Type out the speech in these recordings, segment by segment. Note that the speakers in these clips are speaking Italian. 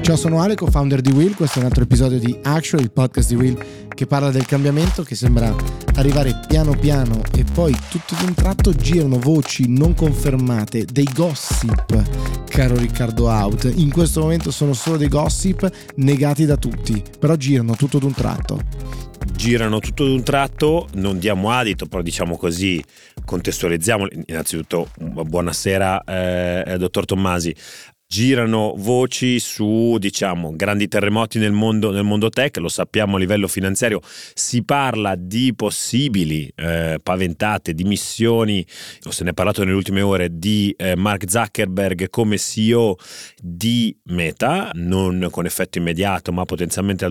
Ciao, sono Ale, co-founder di Will. Questo è un altro episodio di Action, il podcast di Will che parla del cambiamento che sembra arrivare piano piano e poi tutto d'un tratto girano voci non confermate, dei gossip, caro Riccardo Out. In questo momento sono solo dei gossip negati da tutti, però girano tutto d'un tratto. Girano tutto d'un tratto, non diamo adito, però diciamo così, contestualizziamo. Innanzitutto buonasera dottor Tommasi. Girano voci su, diciamo, grandi terremoti nel mondo tech, lo sappiamo a livello finanziario, si parla di possibili paventate dimissioni, se ne è parlato nelle ultime ore, di Mark Zuckerberg come CEO di Meta, non con effetto immediato ma potenzialmente al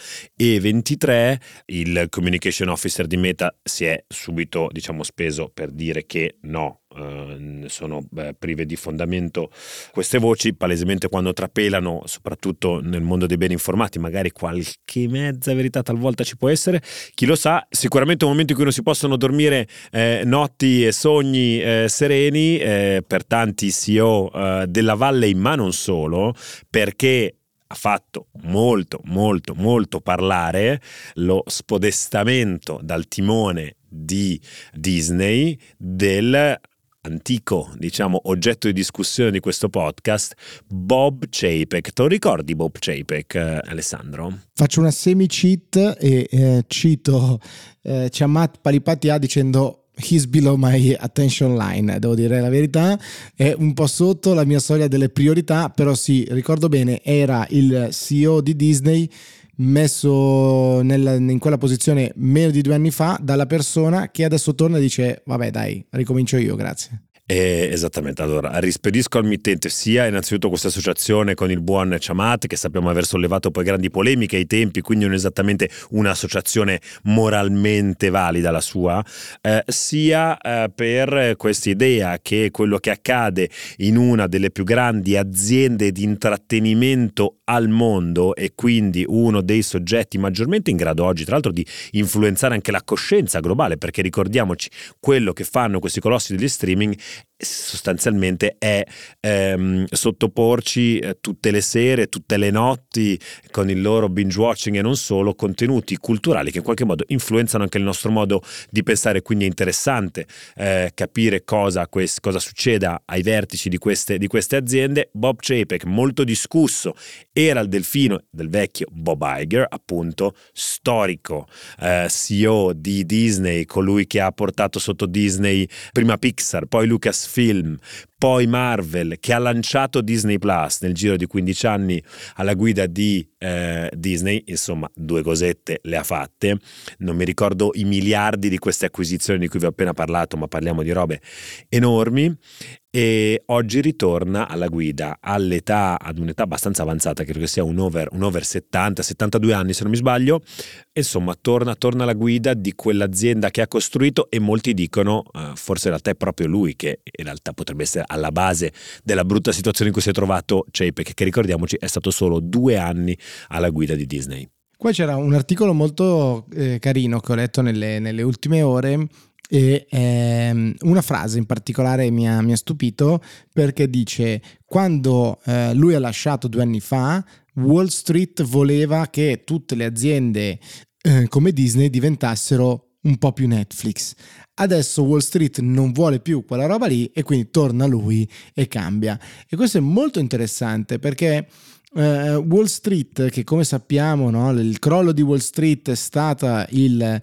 2023. Il communication officer di Meta si è subito, diciamo, speso per dire che no, sono prive di fondamento queste voci. Palesemente quando trapelano, soprattutto nel mondo dei beni informati, magari qualche mezza verità talvolta ci può essere, chi lo sa. Sicuramente un momento in cui non si possono dormire notti e sogni sereni per tanti CEO della Valley, ma non solo, perché ha fatto molto parlare lo spodestamento dal timone di Disney del antico, diciamo, oggetto di discussione di questo podcast, Bob Chapek. Te lo ricordi Bob Chapek, Alessandro? Faccio una semi-cheat e cito Chamath Palihapitiya dicendo "He's below my attention line". Devo dire la verità, è un po' sotto la mia soglia delle priorità, però sì, ricordo bene, era il CEO di Disney messo in quella posizione meno di 2 anni fa dalla persona che adesso torna e dice vabbè dai, ricomincio io, grazie. Esattamente, allora rispedisco al mittente sia innanzitutto questa associazione con il buon Chamath, che sappiamo aver sollevato poi grandi polemiche ai tempi, quindi non esattamente un'associazione moralmente valida la sua, sia per questa idea che quello che accade in una delle più grandi aziende di intrattenimento al mondo e quindi uno dei soggetti maggiormente in grado oggi tra l'altro di influenzare anche la coscienza globale, perché ricordiamoci, quello che fanno questi colossi degli streaming sostanzialmente è sottoporci tutte le sere, tutte le notti, con il loro binge watching e non solo, contenuti culturali che in qualche modo influenzano anche il nostro modo di pensare. Quindi è interessante capire cosa succeda ai vertici di queste aziende. Bob Chapek, molto discusso, era il delfino del vecchio Bob Iger, appunto storico CEO di Disney, colui che ha portato sotto Disney prima Pixar, poi Lucasfilm, poi Marvel, che ha lanciato Disney Plus nel giro di 15 anni alla guida di Disney. Insomma, 2 cosette le ha fatte. Non mi ricordo i miliardi di queste acquisizioni di cui vi ho appena parlato, ma parliamo di robe enormi. E oggi ritorna alla guida ad un'età abbastanza avanzata, credo che sia un over 70, 72 anni se non mi sbaglio. Insomma, torna alla guida di quell'azienda che ha costruito, e molti dicono forse in realtà è proprio lui che in realtà potrebbe essere alla base della brutta situazione in cui si è trovato Chapek, che ricordiamoci è stato solo 2 anni alla guida di Disney. Qua c'era un articolo molto carino che ho letto nelle ultime ore e una frase in particolare mi ha stupito, perché dice: quando lui ha lasciato 2 anni fa, Wall Street voleva che tutte le aziende come Disney diventassero un po' più Netflix. Adesso Wall Street non vuole più quella roba lì e quindi torna lui e cambia. E questo è molto interessante, perché Wall Street, che come sappiamo, no, il crollo di Wall Street è stata il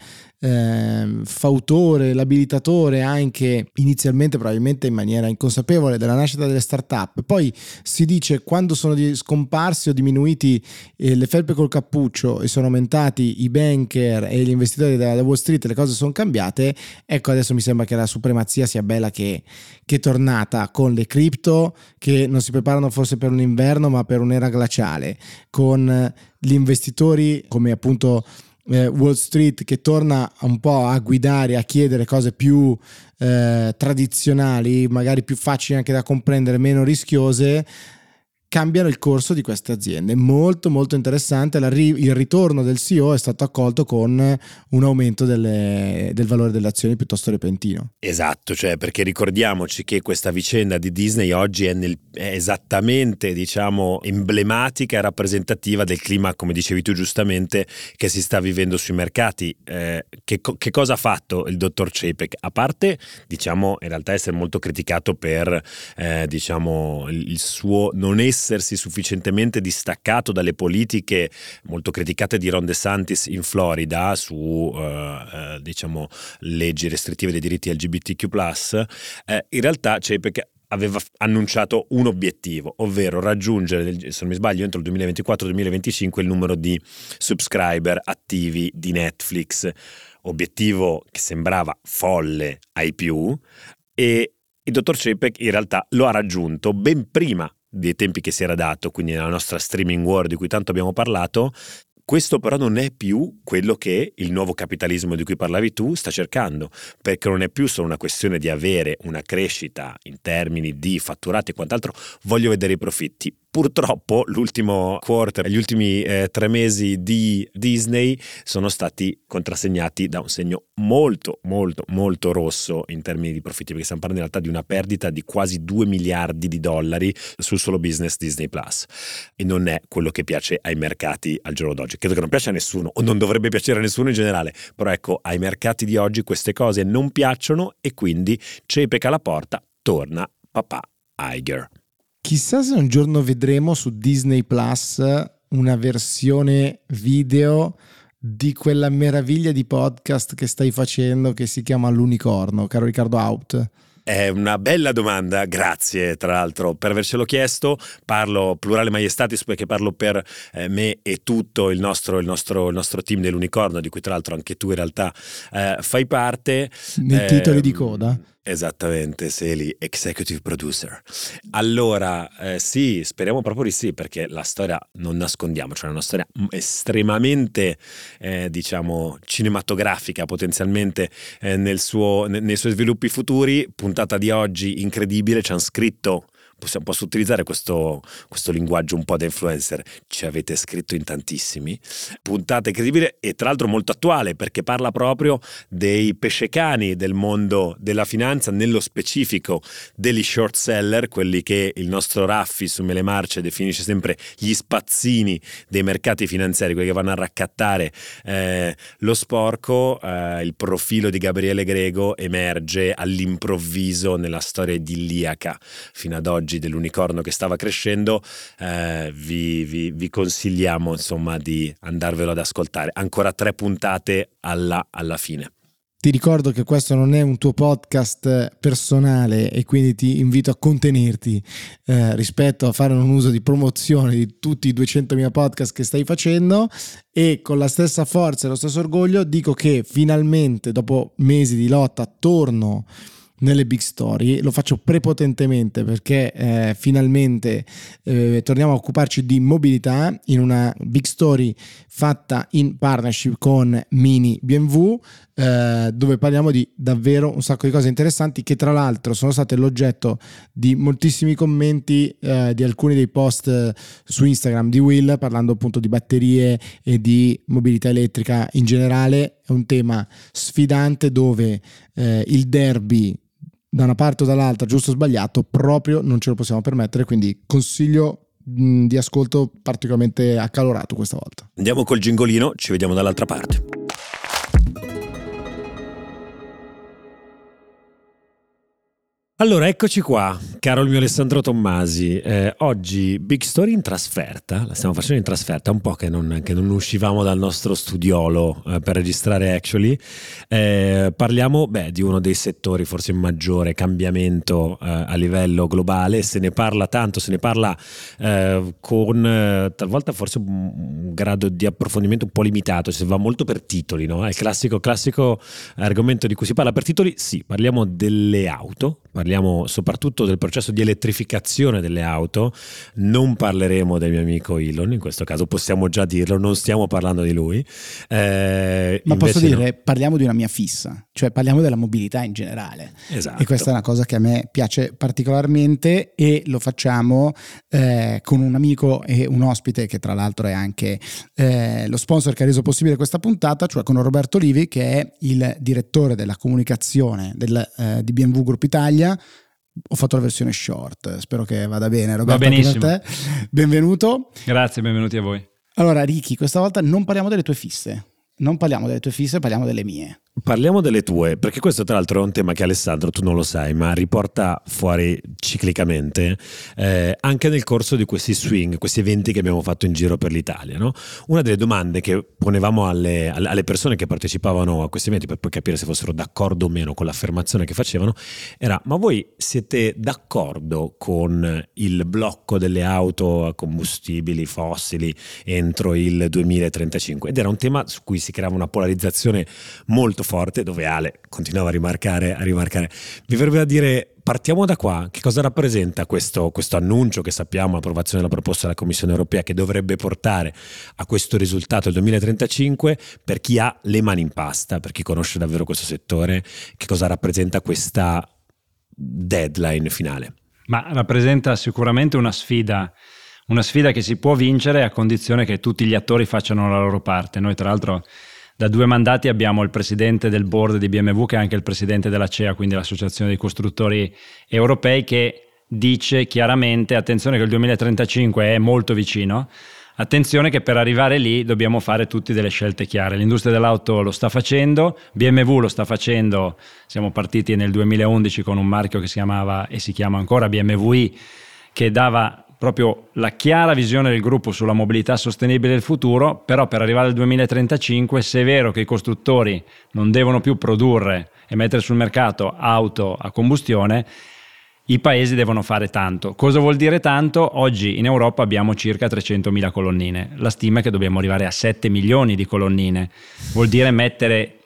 fautore, l'abilitatore anche inizialmente, probabilmente in maniera inconsapevole, della nascita delle start-up. Poi si dice, quando sono scomparsi o diminuiti le felpe col cappuccio e sono aumentati i banker e gli investitori da Wall Street, le cose sono cambiate. Ecco, adesso mi sembra che la supremazia sia bella che è tornata, con le cripto che non si preparano forse per un inverno ma per un'era glaciale, con gli investitori come appunto Wall Street che torna un po' a guidare, a chiedere cose più tradizionali, magari più facili anche da comprendere, meno rischiose. cambiano il corso di queste aziende. Molto molto interessante. Il ritorno del CEO è stato accolto con un aumento del valore delle azioni piuttosto repentino. Esatto, cioè perché ricordiamoci che questa vicenda di Disney oggi è esattamente, diciamo, emblematica e rappresentativa del clima, come dicevi tu giustamente, che si sta vivendo sui mercati. Che cosa ha fatto il dottor Čapek? A parte, diciamo, in realtà essere molto criticato per diciamo il suo non essersi sufficientemente distaccato dalle politiche molto criticate di Ron DeSantis in Florida su diciamo leggi restrittive dei diritti LGBTQ+, in realtà Čapek aveva annunciato un obiettivo, ovvero raggiungere, se non mi sbaglio, entro il 2024-2025 il numero di subscriber attivi di Netflix, obiettivo che sembrava folle ai più, e il dottor Čapek in realtà lo ha raggiunto ben prima dei tempi che si era dato, quindi nella nostra streaming war di cui tanto abbiamo parlato. Questo però non è più quello che il nuovo capitalismo di cui parlavi tu sta cercando, perché non è più solo una questione di avere una crescita in termini di fatturati e quant'altro, voglio vedere i profitti. Purtroppo l'ultimo quarter, gli ultimi 3 mesi di Disney sono stati contrassegnati da un segno molto molto molto rosso in termini di profitti, perché stiamo parlando in realtà di una perdita di quasi $2 miliardi sul solo business Disney Plus, e non è quello che piace ai mercati al giorno d'oggi. Credo che non piace a nessuno, o non dovrebbe piacere a nessuno in generale, però ecco, ai mercati di oggi queste cose non piacciono, e quindi Čapek alla porta, torna papà Iger. Chissà se un giorno vedremo su Disney Plus una versione video di quella meraviglia di podcast che stai facendo che si chiama L'Unicorno, caro Riccardo Haupt. È una bella domanda, grazie tra l'altro per avercelo chiesto. Parlo plurale maiestatis perché parlo per me e tutto il nostro team dell'Unicorno, di cui tra l'altro anche tu in realtà fai parte. Nei titoli di coda. Esattamente, sei lì, executive producer. Allora, sì, speriamo proprio di sì, perché la storia, non nascondiamo, cioè è una storia estremamente, diciamo, cinematografica potenzialmente nei suoi sviluppi futuri. Puntata di oggi incredibile, ci hanno scritto, posso utilizzare questo linguaggio un po' da influencer, ci avete scritto in tantissimi. Puntata incredibile e tra l'altro molto attuale, perché parla proprio dei pescecani del mondo della finanza, nello specifico degli short seller, quelli che il nostro Raffi su Mele Marce definisce sempre gli spazzini dei mercati finanziari, quelli che vanno a raccattare lo sporco. Il profilo di Gabriele Grego emerge all'improvviso nella storia idilliaca fino ad oggi dell'Unicorno che stava crescendo. Vi consigliamo insomma di andarvelo ad ascoltare. Ancora 3 puntate alla fine. Ti ricordo che questo non è un tuo podcast personale e quindi ti invito a contenerti rispetto a fare un uso di promozione di tutti i 200.000 podcast che stai facendo, e con la stessa forza e lo stesso orgoglio dico che finalmente dopo mesi di lotta torno nelle big story. Lo faccio prepotentemente perché finalmente torniamo a occuparci di mobilità in una big story fatta in partnership con Mini BMW, dove parliamo di davvero un sacco di cose interessanti, che tra l'altro sono state l'oggetto di moltissimi commenti di alcuni dei post su Instagram di Will, parlando appunto di batterie e di mobilità elettrica in generale. È un tema sfidante dove il derby da una parte o dall'altra, giusto o sbagliato, proprio non ce lo possiamo permettere, quindi consiglio di ascolto particolarmente accalorato questa volta. Andiamo col gingolino, ci vediamo dall'altra parte. Allora, eccoci qua, caro il mio Alessandro Tommasi. Oggi Big Story in trasferta, la stiamo facendo in trasferta, un po' che non uscivamo dal nostro studiolo per registrare Actually. Parliamo di uno dei settori forse in maggiore cambiamento a livello globale. Se ne parla tanto, se ne parla con talvolta forse un grado di approfondimento un po' limitato, si va molto per titoli, no? È il classico argomento di cui si parla per titoli. Sì, parliamo delle auto, parliamo parliamo soprattutto del processo di elettrificazione delle auto. Non parleremo del mio amico Elon, in questo caso possiamo già dirlo, non stiamo parlando di lui. Ma posso dire, parliamo di una mia fissa, cioè parliamo della mobilità in generale. Esatto. E questa è una cosa che a me piace particolarmente, e lo facciamo con un amico e un ospite che tra l'altro è anche lo sponsor che ha reso possibile questa puntata, cioè con Roberto Livi, che è il direttore della comunicazione di BMW Group Italia. Ho fatto la versione short, spero che vada bene. Roberto, va benissimo. Per te. Benvenuto. Grazie, benvenuti a voi. Allora Ricky, questa volta non parliamo delle tue fisse, parliamo delle mie. Parliamo delle tue, perché questo tra l'altro è un tema che Alessandro, tu non lo sai, ma riporta fuori ciclicamente anche nel corso di questi swing, questi eventi che abbiamo fatto in giro per l'Italia, no? Una delle domande che ponevamo alle persone che partecipavano a questi eventi, per poi capire se fossero d'accordo o meno con l'affermazione che facevano, era: ma voi siete d'accordo con il blocco delle auto a combustibili fossili entro il 2035? Ed era un tema su cui si creava una polarizzazione molto forte, dove Ale continuava a rimarcare. Mi verrebbe da dire: partiamo da qua. Che cosa rappresenta questo annuncio che sappiamo, l'approvazione della proposta della Commissione Europea, che dovrebbe portare a questo risultato del 2035, per chi ha le mani in pasta, per chi conosce davvero questo settore? Che cosa rappresenta questa deadline finale? Ma rappresenta sicuramente una sfida che si può vincere a condizione che tutti gli attori facciano la loro parte. Noi tra l'altro da 2 mandati abbiamo il presidente del board di BMW, che è anche il presidente della CEA, quindi l'Associazione dei Costruttori Europei, che dice chiaramente: attenzione che il 2035 è molto vicino, attenzione che per arrivare lì dobbiamo fare tutte delle scelte chiare. L'industria dell'auto lo sta facendo, BMW lo sta facendo, siamo partiti nel 2011 con un marchio che si chiamava e si chiama ancora BMW i, che dava proprio la chiara visione del gruppo sulla mobilità sostenibile del futuro. Però per arrivare al 2035, se è vero che i costruttori non devono più produrre e mettere sul mercato auto a combustione, i paesi devono fare tanto. Cosa vuol dire tanto? Oggi in Europa abbiamo circa 300.000 colonnine, la stima è che dobbiamo arrivare a 7 milioni di colonnine, vuol dire mettere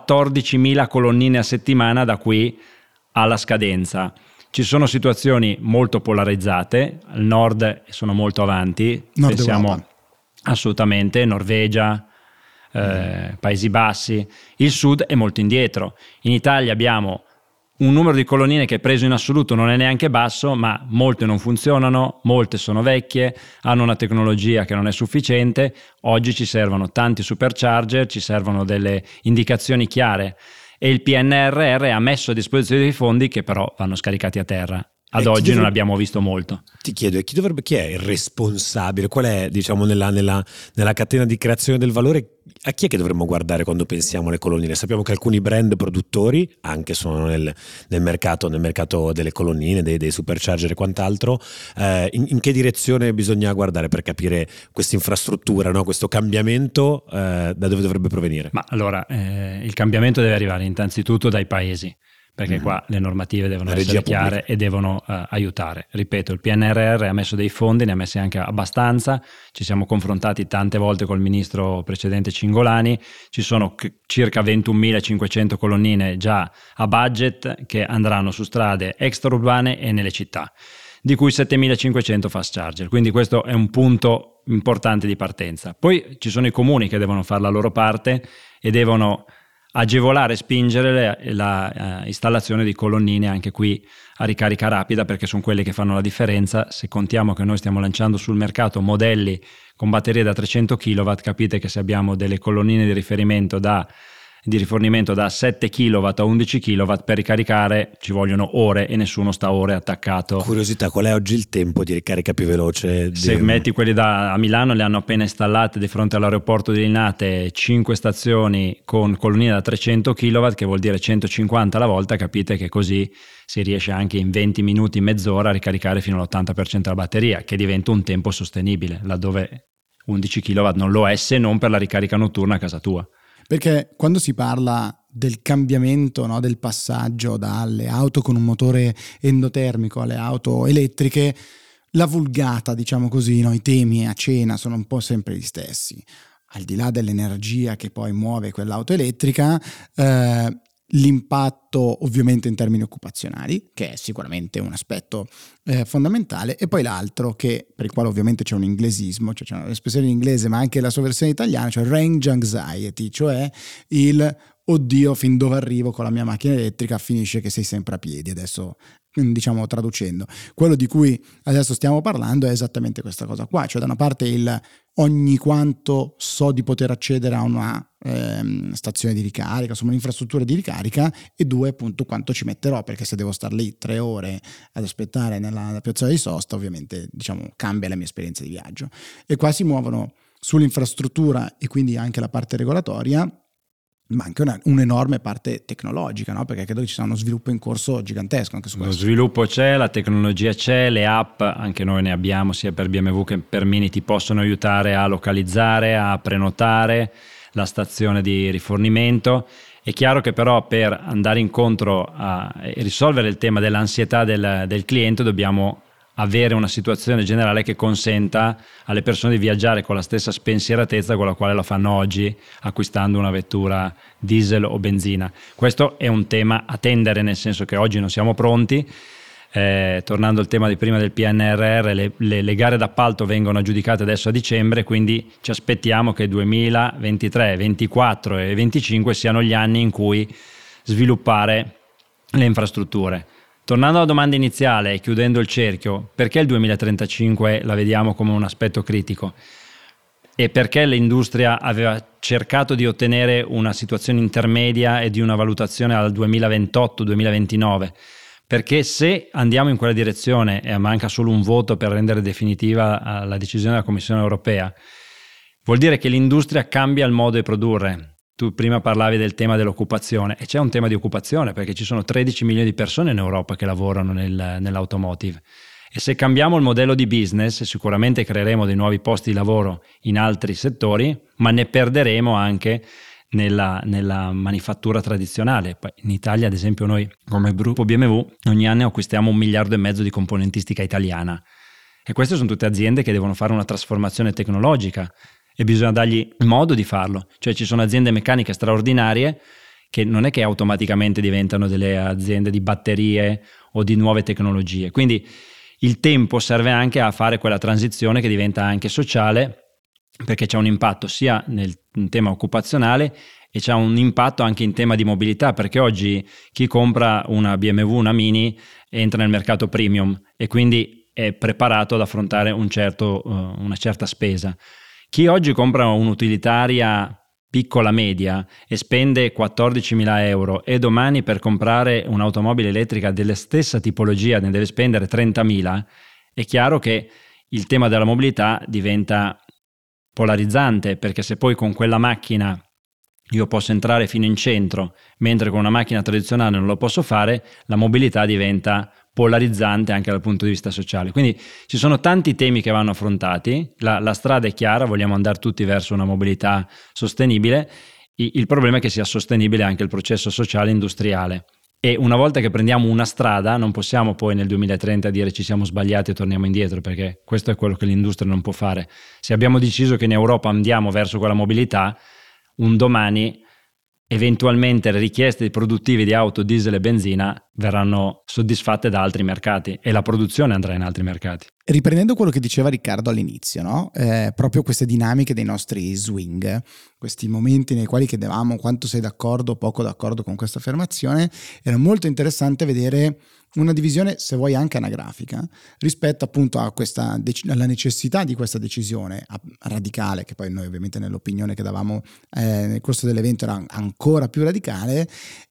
14.000 colonnine a settimana da qui alla scadenza. Ci sono situazioni molto polarizzate, al nord sono molto avanti, pensiamo assolutamente Norvegia, Paesi Bassi. Il sud è molto indietro. In Italia abbiamo un numero di colonnine che preso in assoluto non è neanche basso, ma molte non funzionano, molte sono vecchie, hanno una tecnologia che non è sufficiente. Oggi ci servono tanti supercharger, ci servono delle indicazioni chiare, e il PNRR ha messo a disposizione dei fondi che però vanno scaricati a terra. Ad oggi non abbiamo visto molto. Ti chiedo, chi è il responsabile? Qual è, diciamo, nella catena di creazione del valore? A chi è che dovremmo guardare quando pensiamo alle colonnine? Sappiamo che alcuni brand produttori anche sono nel mercato delle colonnine, dei supercharger e quant'altro. In che direzione bisogna guardare per capire questa infrastruttura, no? Questo cambiamento da dove dovrebbe provenire? Ma allora, il cambiamento deve arrivare innanzitutto dai paesi, perché qua le normative devono essere chiare e devono aiutare. Ripeto, il PNRR ha messo dei fondi, ne ha messi anche abbastanza, ci siamo confrontati tante volte col ministro precedente Cingolani, ci sono circa 21.500 colonnine già a budget che andranno su strade extraurbane e nelle città, di cui 7.500 fast charger, quindi questo è un punto importante di partenza. Poi ci sono i comuni che devono fare la loro parte e devono agevolare e spingere la installazione di colonnine anche qui a ricarica rapida, perché sono quelle che fanno la differenza. Se contiamo che noi stiamo lanciando sul mercato modelli con batterie da 300 kW, capite che se abbiamo delle colonnine di riferimento di rifornimento da 7 kW a 11 kW, per ricaricare ci vogliono ore e nessuno sta ore attaccato. Curiosità, qual è oggi il tempo di ricarica più veloce? Se metti quelli a Milano, le hanno appena installate di fronte all'aeroporto di Linate, 5 stazioni con colonnine da 300 kW, che vuol dire 150 alla volta. Capite che così si riesce anche in 20 minuti, mezz'ora a ricaricare fino all'80% della batteria, che diventa un tempo sostenibile, laddove 11 kW non lo è, se non per la ricarica notturna a casa tua. Perché quando si parla del cambiamento, no, del passaggio dalle auto con un motore endotermico alle auto elettriche, la vulgata, diciamo così, no, i temi a cena sono un po' sempre gli stessi. Al di là dell'energia che poi muove quell'auto elettrica, l'impatto ovviamente in termini occupazionali, che è sicuramente un aspetto fondamentale, e poi l'altro, che per il quale ovviamente c'è un inglesismo, cioè c'è un'espressione in inglese ma anche la sua versione italiana, cioè range anxiety, cioè il oddio, fin dove arrivo con la mia macchina elettrica, finisce che sei sempre a piedi. Adesso, diciamo, traducendo, quello di cui adesso stiamo parlando è esattamente questa cosa qua, cioè da una parte il ogni quanto so di poter accedere a una stazione di ricarica, insomma un'infrastruttura di ricarica, e due, appunto, quanto ci metterò, perché se devo star lì 3 ore ad aspettare nella piazzola di sosta, ovviamente, diciamo, cambia la mia esperienza di viaggio. E qua si muovono sull'infrastruttura e quindi anche la parte regolatoria, ma anche un'enorme parte tecnologica, no? Perché credo che ci sia uno sviluppo in corso gigantesco anche su questo. Lo sviluppo c'è, la tecnologia c'è, le app anche noi ne abbiamo sia per BMW che per Mini, ti possono aiutare a localizzare, a prenotare la stazione di rifornimento. È chiaro che però per andare incontro a risolvere il tema dell'ansietà del cliente dobbiamo avere una situazione generale che consenta alle persone di viaggiare con la stessa spensieratezza con la quale lo fanno oggi acquistando una vettura diesel o benzina. Questo è un tema a tendere, nel senso che oggi non siamo pronti. Tornando al tema di prima del PNRR, le gare d'appalto vengono aggiudicate adesso a dicembre, quindi ci aspettiamo che 2023, 2024 e 2025 siano gli anni in cui sviluppare le infrastrutture. Tornando alla domanda iniziale e chiudendo il cerchio, perché il 2035 la vediamo come un aspetto critico? E perché l'industria aveva cercato di ottenere una situazione intermedia e di una valutazione al 2028-2029? Perché se andiamo in quella direzione e manca solo un voto per rendere definitiva la decisione della Commissione europea, vuol dire che l'industria cambia il modo di produrre. Tu prima parlavi del tema dell'occupazione, e c'è un tema di occupazione perché ci sono 13 milioni di persone in Europa che lavorano nell'automotive, e se cambiamo il modello di business sicuramente creeremo dei nuovi posti di lavoro in altri settori, ma ne perderemo anche nella manifattura tradizionale. Poi in Italia, ad esempio, noi come gruppo BMW ogni anno acquistiamo 1,5 miliardi di componentistica italiana, e queste sono tutte aziende che devono fare una trasformazione tecnologica e bisogna dargli il modo di farlo. Cioè ci sono aziende meccaniche straordinarie che non è che automaticamente diventano delle aziende di batterie o di nuove tecnologie, quindi il tempo serve anche a fare quella transizione che diventa anche sociale, perché c'è un impatto sia nel tema occupazionale e c'è un impatto anche in tema di mobilità, perché oggi chi compra una BMW, una Mini, entra nel mercato premium e quindi è preparato ad affrontare una certa spesa. Chi oggi compra un'utilitaria piccola media e spende 14.000 euro e domani per comprare un'automobile elettrica della stessa tipologia ne deve spendere 30.000, è chiaro che il tema della mobilità diventa polarizzante, perché se poi con quella macchina io posso entrare fino in centro, mentre con una macchina tradizionale non lo posso fare, la mobilità diventa polarizzante anche dal punto di vista sociale. Quindi ci sono tanti temi che vanno affrontati, la strada è chiara, vogliamo andare tutti verso una mobilità sostenibile, il problema è che sia sostenibile anche il processo sociale e industriale. E una volta che prendiamo una strada non possiamo poi nel 2030 dire ci siamo sbagliati e torniamo indietro, perché questo è quello che l'industria non può fare. Se abbiamo deciso che in Europa andiamo verso quella mobilità, un domani eventualmente le richieste produttive di auto diesel e benzina verranno soddisfatte da altri mercati e la produzione andrà in altri mercati. Riprendendo quello che diceva Riccardo all'inizio, no? Proprio queste dinamiche dei nostri swing, questi momenti nei quali chiedevamo quanto sei d'accordo o poco d'accordo con questa affermazione, era molto interessante vedere una divisione, se vuoi anche anagrafica, rispetto appunto a alla necessità di questa decisione radicale, che poi noi ovviamente nell'opinione che davamo nel corso dell'evento era ancora più radicale,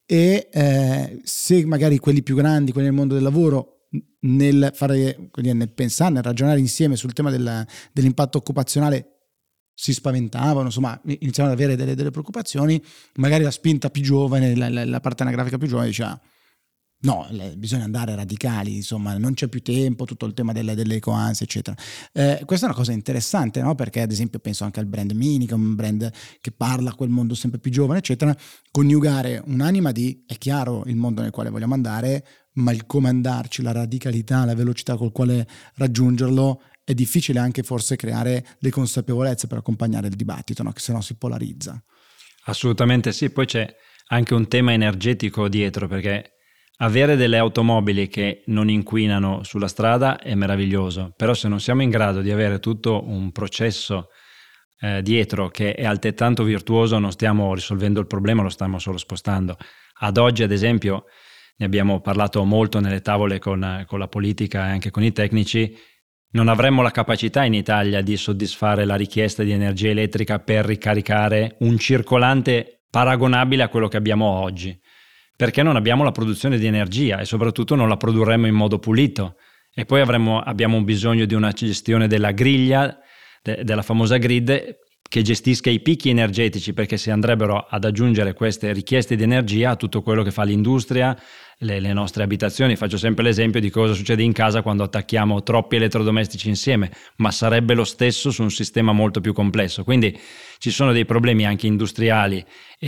e se magari quelli più grandi, quelli nel mondo del lavoro, nel pensare, nel ragionare insieme sul tema dell'impatto occupazionale si spaventavano, insomma iniziavano ad avere delle preoccupazioni, magari la spinta più giovane, la parte anagrafica più giovane diceva no, bisogna andare radicali, insomma non c'è più tempo, tutto il tema delle ecoansie eccetera. Questa è una cosa interessante, no? Perché ad esempio penso anche al brand Mini, che è un brand che parla a quel mondo sempre più giovane eccetera, coniugare un'anima di è chiaro il mondo nel quale vogliamo andare, ma il come andarci, la radicalità, la velocità col quale raggiungerlo, è difficile anche forse creare le consapevolezze per accompagnare il dibattito, no? Che se no si polarizza. Assolutamente sì, poi c'è anche un tema energetico dietro, perché avere delle automobili che non inquinano sulla strada è meraviglioso, però se non siamo in grado di avere tutto un processo dietro che è altrettanto virtuoso, non stiamo risolvendo il problema, lo stiamo solo spostando. Ad oggi, ad esempio, ne abbiamo parlato molto nelle tavole con la politica e anche con i tecnici, non avremmo la capacità in Italia di soddisfare la richiesta di energia elettrica per ricaricare un circolante paragonabile a quello che abbiamo oggi, perché non abbiamo la produzione di energia e soprattutto non la produrremo in modo pulito. E poi abbiamo bisogno di una gestione della griglia, della famosa grid, che gestisca i picchi energetici, perché si andrebbero ad aggiungere queste richieste di energia a tutto quello che fa l'industria, le nostre abitazioni. Faccio sempre l'esempio di cosa succede in casa quando attacchiamo troppi elettrodomestici insieme, ma sarebbe lo stesso su un sistema molto più complesso. Quindi ci sono dei problemi anche industriali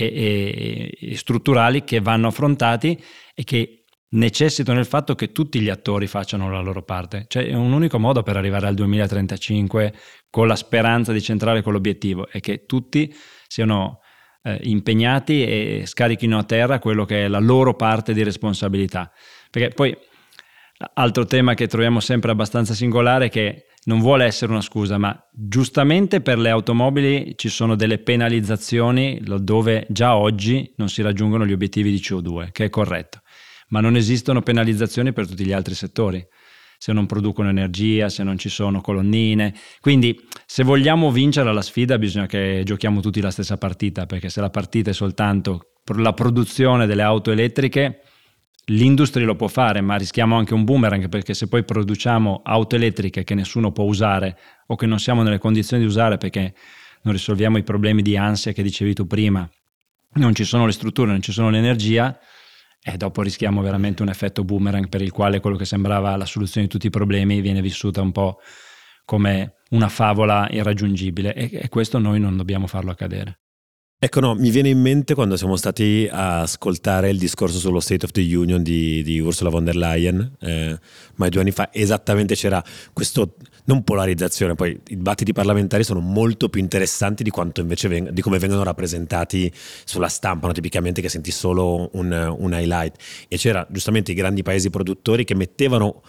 e strutturali che vanno affrontati e che necessitano del fatto che tutti gli attori facciano la loro parte. Cioè è un unico modo per arrivare al 2035 con la speranza di centrare quell'obiettivo, è che tutti siano impegnati e scarichino a terra quello che è la loro parte di responsabilità. Perché poi altro tema che troviamo sempre abbastanza singolare è che non vuole essere una scusa, ma giustamente per le automobili ci sono delle penalizzazioni dove già oggi non si raggiungono gli obiettivi di CO2, che è corretto, ma non esistono penalizzazioni per tutti gli altri settori, se non producono energia, se non ci sono colonnine. Quindi se vogliamo vincere la sfida bisogna che giochiamo tutti la stessa partita, perché se la partita è soltanto la produzione delle auto elettriche, l'industria lo può fare, ma rischiamo anche un boomerang, perché se poi produciamo auto elettriche che nessuno può usare o che non siamo nelle condizioni di usare perché non risolviamo i problemi di ansia che dicevi tu prima, non ci sono le strutture, non ci sono l'energia, e dopo rischiamo veramente un effetto boomerang per il quale quello che sembrava la soluzione di tutti i problemi viene vissuta un po' come una favola irraggiungibile, e questo noi non dobbiamo farlo accadere. Ecco, no, mi viene in mente quando siamo stati a ascoltare il discorso sullo State of the Union di Ursula von der Leyen, ma 2 anni fa, esattamente c'era questo, non polarizzazione, poi i dibattiti parlamentari sono molto più interessanti di quanto invece di come vengono rappresentati sulla stampa, no? Tipicamente che senti solo un highlight, e c'era giustamente i grandi paesi produttori che mettevano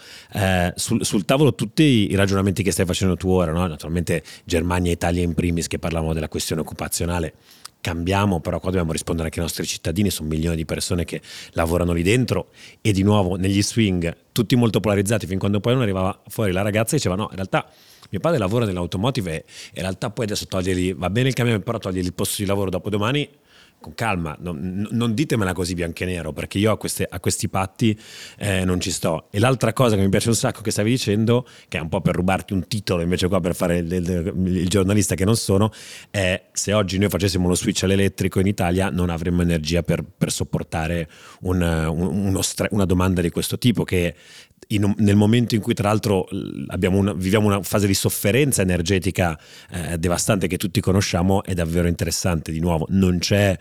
sul tavolo tutti i ragionamenti che stai facendo tu ora, no? Naturalmente Germania e Italia in primis, che parlavano della questione occupazionale. Cambiamo, però qua dobbiamo rispondere anche ai nostri cittadini, sono milioni di persone che lavorano lì dentro, e di nuovo negli swing tutti molto polarizzati, fin quando poi non arrivava fuori la ragazza e diceva no, in realtà mio padre lavora nell'automotive e in realtà poi adesso togliergli, va bene il camion, però togliergli il posto di lavoro dopodomani, con calma, non ditemela così bianco e nero, perché io a questi patti non ci sto. E l'altra cosa che mi piace un sacco che stavi dicendo, che è un po' per rubarti un titolo invece qua per fare il giornalista che non sono, è: se oggi noi facessimo lo switch all'elettrico in Italia non avremmo energia per sopportare una domanda di questo tipo, che nel momento in cui tra l'altro viviamo una fase di sofferenza energetica devastante che tutti conosciamo, è davvero interessante. Di nuovo non c'è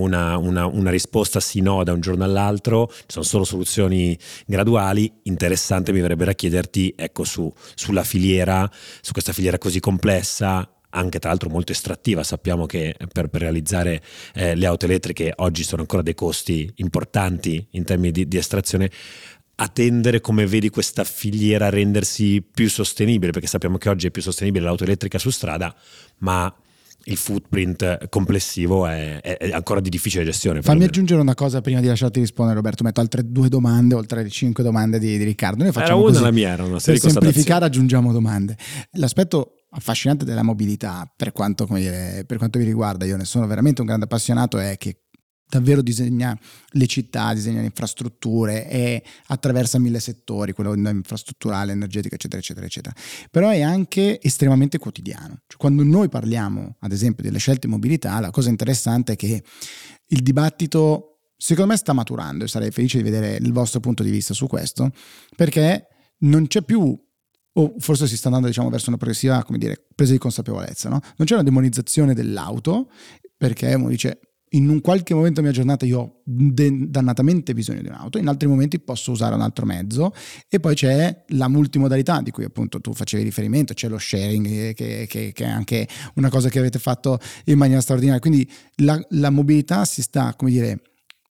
una risposta sì no da un giorno all'altro, ci sono solo soluzioni graduali. Interessante mi verrebbe da chiederti, ecco, sulla filiera, su questa filiera così complessa, anche tra l'altro molto estrattiva. Sappiamo che per realizzare le auto elettriche oggi sono ancora dei costi importanti in termini di estrazione. A tendere, come vedi questa filiera rendersi più sostenibile, perché sappiamo che oggi è più sostenibile l'auto elettrica su strada, ma il footprint complessivo è ancora di difficile gestione. Fammi aggiungere una cosa prima di lasciarti rispondere, Roberto. Metto altre 2 domande oltre alle 5 domande di Riccardo. Noi facciamo era una così, la mia, era una serie per semplificare aggiungiamo domande. L'aspetto affascinante della mobilità, per quanto mi riguarda, io ne sono veramente un grande appassionato, è che davvero disegna le città, disegna le infrastrutture e attraversa 1000 settori, quello infrastrutturale, energetico, eccetera, eccetera, eccetera. Però è anche estremamente quotidiano. Cioè, quando noi parliamo, ad esempio, delle scelte di mobilità, la cosa interessante è che il dibattito, secondo me, sta maturando, e sarei felice di vedere il vostro punto di vista su questo, perché non c'è più, o forse si sta andando, diciamo, verso una progressiva, come dire, presa di consapevolezza, no? Non c'è una demonizzazione dell'auto, perché uno dice: in un qualche momento della mia giornata io ho dannatamente bisogno di un'auto, in altri momenti posso usare un altro mezzo. E poi c'è la multimodalità di cui appunto tu facevi riferimento, c'è lo sharing che è anche una cosa che avete fatto in maniera straordinaria. Quindi la mobilità si sta, come dire,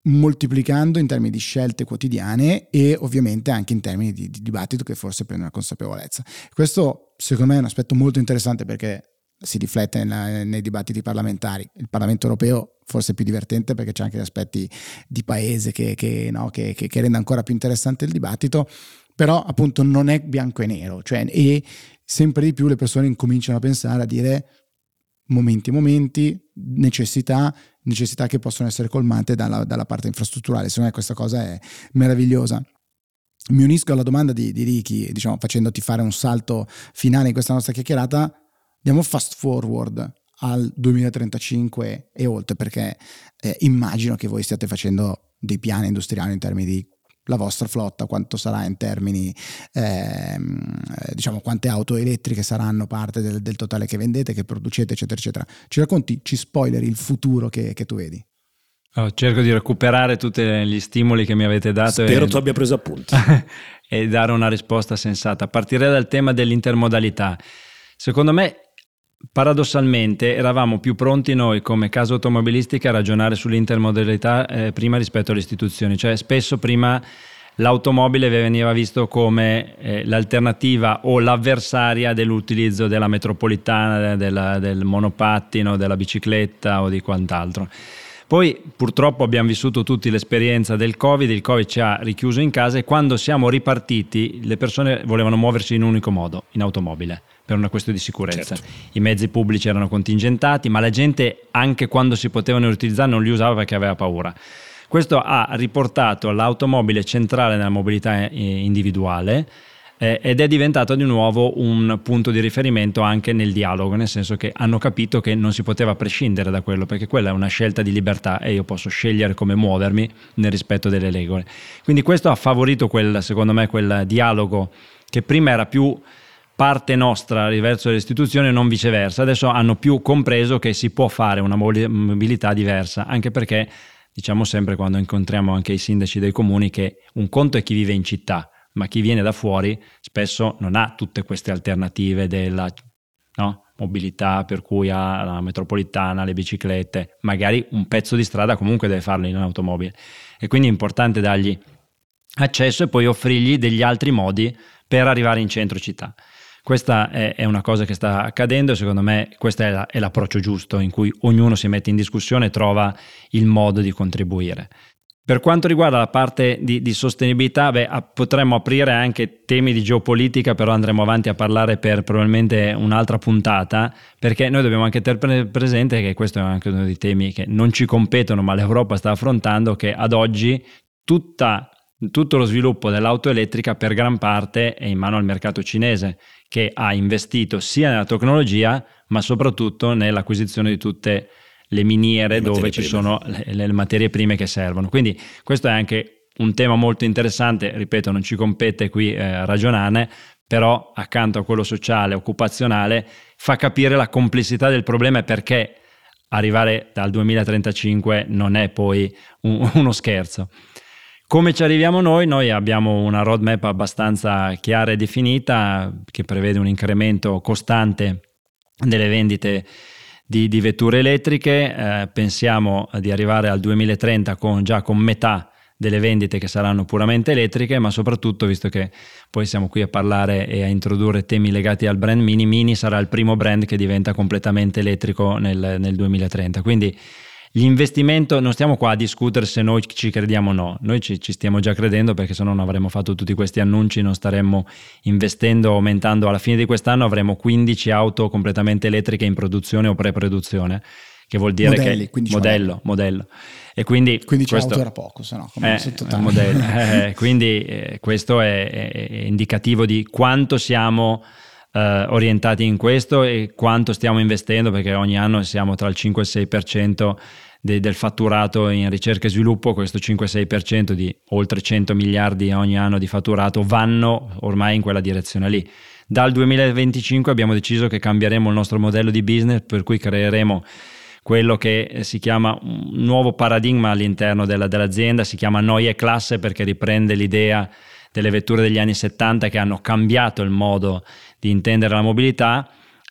moltiplicando in termini di scelte quotidiane e ovviamente anche in termini di dibattito che forse prende una consapevolezza. Questo secondo me è un aspetto molto interessante perché si riflette nei dibattiti parlamentari. Il Parlamento europeo forse è più divertente perché c'è anche gli aspetti di paese che rende ancora più interessante il dibattito, però appunto non è bianco e nero, cioè, e sempre di più le persone incominciano a pensare, a dire momenti, necessità che possono essere colmate dalla parte infrastrutturale. Secondo me questa cosa è meravigliosa. Mi unisco alla domanda di Ricky, diciamo, facendoti fare un salto finale in questa nostra chiacchierata. Andiamo fast forward al 2035 e oltre, perché immagino che voi stiate facendo dei piani industriali in termini di la vostra flotta, quanto sarà in termini diciamo quante auto elettriche saranno parte del totale che vendete, che producete, eccetera eccetera. Ci racconti, ci spoileri il futuro che tu vedi? Cerco di recuperare tutti gli stimoli che mi avete dato. Spero tu abbia preso appunti. E dare una risposta sensata. Partirei dal tema dell'intermodalità. Secondo me, paradossalmente, eravamo più pronti noi come casa automobilistica a ragionare sull'intermodalità prima rispetto alle istituzioni. Cioè spesso prima l'automobile veniva visto come l'alternativa o l'avversaria dell'utilizzo della metropolitana, del monopattino, della bicicletta o di quant'altro. Poi purtroppo abbiamo vissuto tutti l'esperienza del Covid, il Covid ci ha richiuso in casa e quando siamo ripartiti le persone volevano muoversi in un unico modo, in automobile, per una questione di sicurezza. Certo. I mezzi pubblici erano contingentati, ma la gente anche quando si potevano utilizzare non li usava perché aveva paura. Questo ha riportato l'automobile centrale nella mobilità individuale ed è diventato di nuovo un punto di riferimento anche nel dialogo, nel senso che hanno capito che non si poteva prescindere da quello, perché quella è una scelta di libertà e io posso scegliere come muovermi nel rispetto delle regole. Quindi questo ha favorito secondo me quel dialogo che prima era più parte nostra verso le istituzioni e non viceversa. Adesso hanno più compreso che si può fare una mobilità diversa, anche perché diciamo sempre quando incontriamo anche i sindaci dei comuni che un conto è chi vive in città, ma chi viene da fuori spesso non ha tutte queste alternative della mobilità, per cui ha la metropolitana, le biciclette, magari un pezzo di strada comunque deve farlo in un'automobile e quindi è importante dargli accesso e poi offrirgli degli altri modi per arrivare in centro città. Questa è una cosa che sta accadendo e secondo me questo è l'approccio giusto in cui ognuno si mette in discussione e trova il modo di contribuire. Per quanto riguarda la parte di sostenibilità, potremmo aprire anche temi di geopolitica, però andremo avanti a parlare per probabilmente un'altra puntata, perché noi dobbiamo anche tenere presente che questo è anche uno dei temi che non ci competono, ma l'Europa sta affrontando, che ad oggi tutto lo sviluppo dell'auto elettrica per gran parte è in mano al mercato cinese, che ha investito sia nella tecnologia, ma soprattutto nell'acquisizione di tutte le miniere dove ci sono le materie prime che servono. Quindi questo è anche un tema molto interessante, ripeto, non ci compete qui ragionarne, però accanto a quello sociale, occupazionale, fa capire la complessità del problema e perché arrivare dal 2035 non è poi uno scherzo. Come ci arriviamo noi? Noi abbiamo una roadmap abbastanza chiara e definita che prevede un incremento costante delle vendite di vetture elettriche. Pensiamo di arrivare al 2030 già con metà delle vendite che saranno puramente elettriche, ma soprattutto, visto che poi siamo qui a parlare e a introdurre temi legati al brand Mini sarà il primo brand che diventa completamente elettrico nel 2030. Quindi l'investimento, non stiamo qua a discutere se noi ci crediamo o no, noi ci stiamo già credendo, perché se no non avremmo fatto tutti questi annunci, non staremmo investendo, aumentando. Alla fine di quest'anno avremo 15 auto completamente elettriche in produzione o pre-produzione, che vuol dire modelli, che modello. E quindi 15 questo, auto era poco, se no come quindi questo è indicativo di quanto siamo orientati in questo e quanto stiamo investendo, perché ogni anno siamo tra il 5 e il 6% del fatturato in ricerca e sviluppo. Questo 5-6% di oltre 100 miliardi ogni anno di fatturato vanno ormai in quella direzione lì. Dal 2025 abbiamo deciso che cambieremo il nostro modello di business, per cui creeremo quello che si chiama un nuovo paradigma all'interno dell'azienda. Si chiama Neue Klasse perché riprende l'idea delle vetture degli anni 70 che hanno cambiato il modo di intendere la mobilità.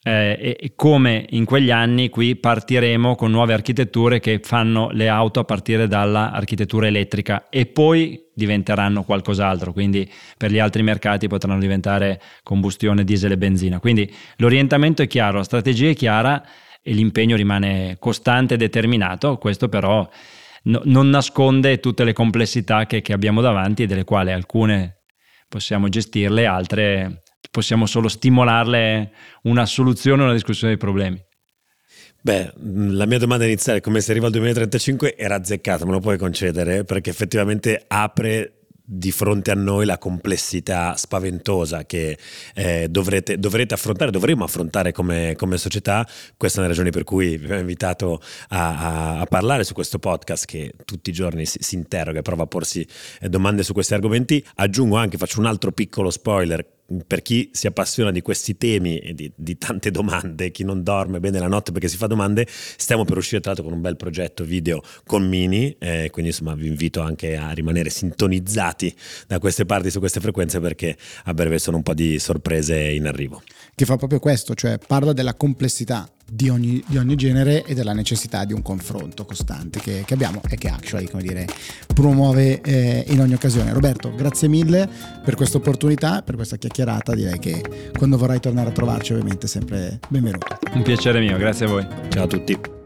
e come in quegli anni qui partiremo con nuove architetture che fanno le auto a partire dall'architettura elettrica e poi diventeranno qualcos'altro, quindi per gli altri mercati potranno diventare combustione, diesel e benzina. Quindi l'orientamento è chiaro, la strategia è chiara e l'impegno rimane costante e determinato. Questo però non nasconde tutte le complessità che abbiamo davanti e delle quali alcune possiamo gestirle, altre possiamo solo stimolarle una soluzione, una discussione dei problemi. Beh, la mia domanda iniziale, come si arriva al 2035, era azzeccata, me lo puoi concedere, perché effettivamente apre di fronte a noi la complessità spaventosa che dovrete affrontare, dovremo affrontare come società. Questa è una ragione per cui vi ho invitato a parlare su questo podcast che tutti i giorni si interroga e prova a porsi domande su questi argomenti. Aggiungo anche, faccio un altro piccolo spoiler, per chi si appassiona di questi temi e di tante domande, chi non dorme bene la notte perché si fa domande, stiamo per uscire tra l'altro con un bel progetto video con Mini, quindi insomma vi invito anche a rimanere sintonizzati da queste parti su queste frequenze, perché a breve sono un po' di sorprese in arrivo. Che fa proprio questo, cioè parla della complessità di ogni genere e della necessità di un confronto costante che abbiamo e che Actually, come dire, promuove in ogni occasione. Roberto, grazie mille per questa opportunità, per questa chiacchierata. Direi che quando vorrai tornare a trovarci ovviamente è sempre benvenuto. Un piacere mio, grazie a voi. Ciao a tutti.